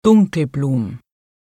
Dunkelblum.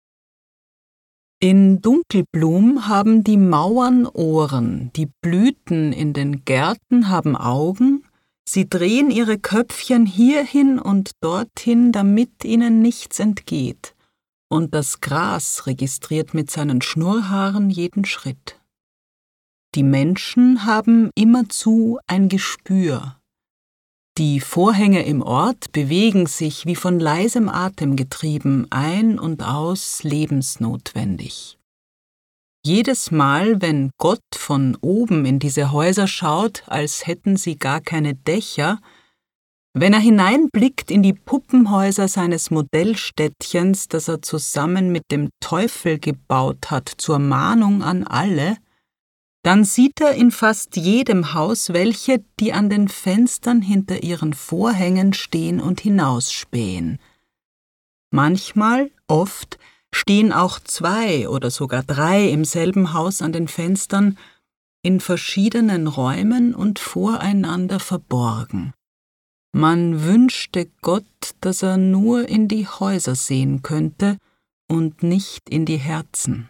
In Dunkelblum haben die Mauern Ohren, die Blüten in den Gärten haben Augen, sie drehen ihre Köpfchen hierhin und dorthin, damit ihnen nichts entgeht, und das Gras registriert mit seinen Schnurrhaaren jeden Schritt. Die Menschen haben immerzu ein Gespür. Die Vorhänge im Ort bewegen sich wie von leisem Atem getrieben, ein und aus lebensnotwendig. Jedes Mal, wenn Gott von oben in diese Häuser schaut, als hätten sie gar keine Dächer, wenn er hineinblickt in die Puppenhäuser seines Modellstädtchens, das er zusammen mit dem Teufel gebaut hat zur Mahnung an alle, dann sieht er in fast jedem Haus welche, die an den Fenstern hinter ihren Vorhängen stehen und hinausspähen. Manchmal, oft, stehen auch 2 oder sogar 3 im selben Haus an den Fenstern, in verschiedenen Räumen und voreinander verborgen. Man wünschte Gott, dass er nur in die Häuser sehen könnte und nicht in die Herzen.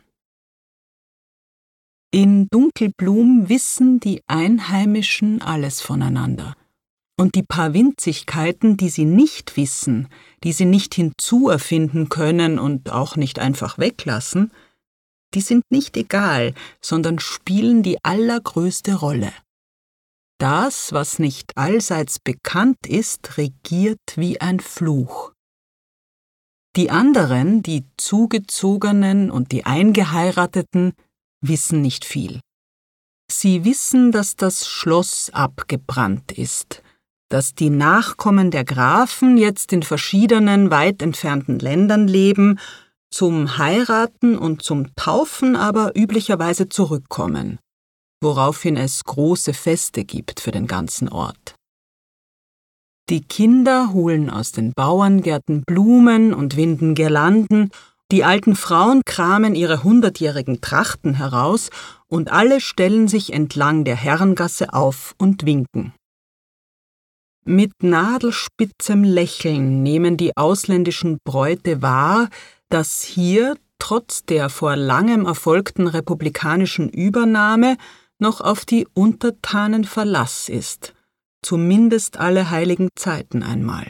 In Dunkelblum wissen die Einheimischen alles voneinander. Und die paar Winzigkeiten, die sie nicht wissen, die sie nicht hinzuerfinden können und auch nicht einfach weglassen, die sind nicht egal, sondern spielen die allergrößte Rolle. Das, was nicht allseits bekannt ist, regiert wie ein Fluch. Die anderen, die Zugezogenen und die Eingeheirateten, wissen nicht viel. Sie wissen, dass das Schloss abgebrannt ist, dass die Nachkommen der Grafen jetzt in verschiedenen, weit entfernten Ländern leben, zum Heiraten und zum Taufen aber üblicherweise zurückkommen, woraufhin es große Feste gibt für den ganzen Ort. Die Kinder holen aus den Bauerngärten Blumen und winden Girlanden, die alten Frauen kramen ihre 100-jährigen Trachten heraus und alle stellen sich entlang der Herrengasse auf und winken. Mit nadelspitzem Lächeln nehmen die ausländischen Bräute wahr, dass hier, trotz der vor langem erfolgten republikanischen Übernahme, noch auf die Untertanen Verlass ist, zumindest alle heiligen Zeiten einmal.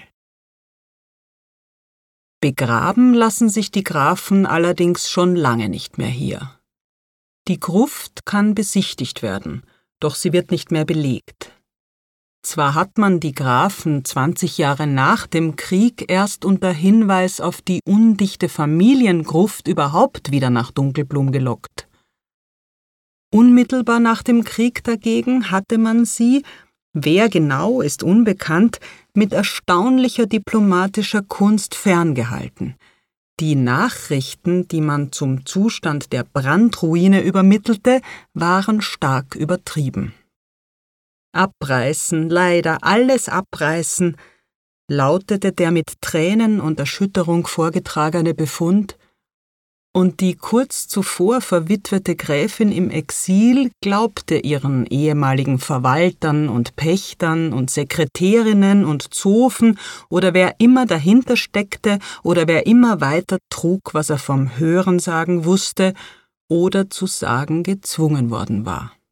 Begraben lassen sich die Grafen allerdings schon lange nicht mehr hier. Die Gruft kann besichtigt werden, doch sie wird nicht mehr belegt. Zwar hat man die Grafen 20 Jahre nach dem Krieg erst unter Hinweis auf die undichte Familiengruft überhaupt wieder nach Dunkelblum gelockt. Unmittelbar nach dem Krieg dagegen hatte man sie, wer genau ist unbekannt, mit erstaunlicher diplomatischer Kunst ferngehalten. Die Nachrichten, die man zum Zustand der Brandruine übermittelte, waren stark übertrieben. Abreißen, leider alles abreißen, lautete der mit Tränen und Erschütterung vorgetragene Befund, und die kurz zuvor verwitwete Gräfin im Exil glaubte ihren ehemaligen Verwaltern und Pächtern und Sekretärinnen und Zofen oder wer immer dahinter steckte oder wer immer weiter trug, was er vom Hörensagen wusste oder zu sagen gezwungen worden war.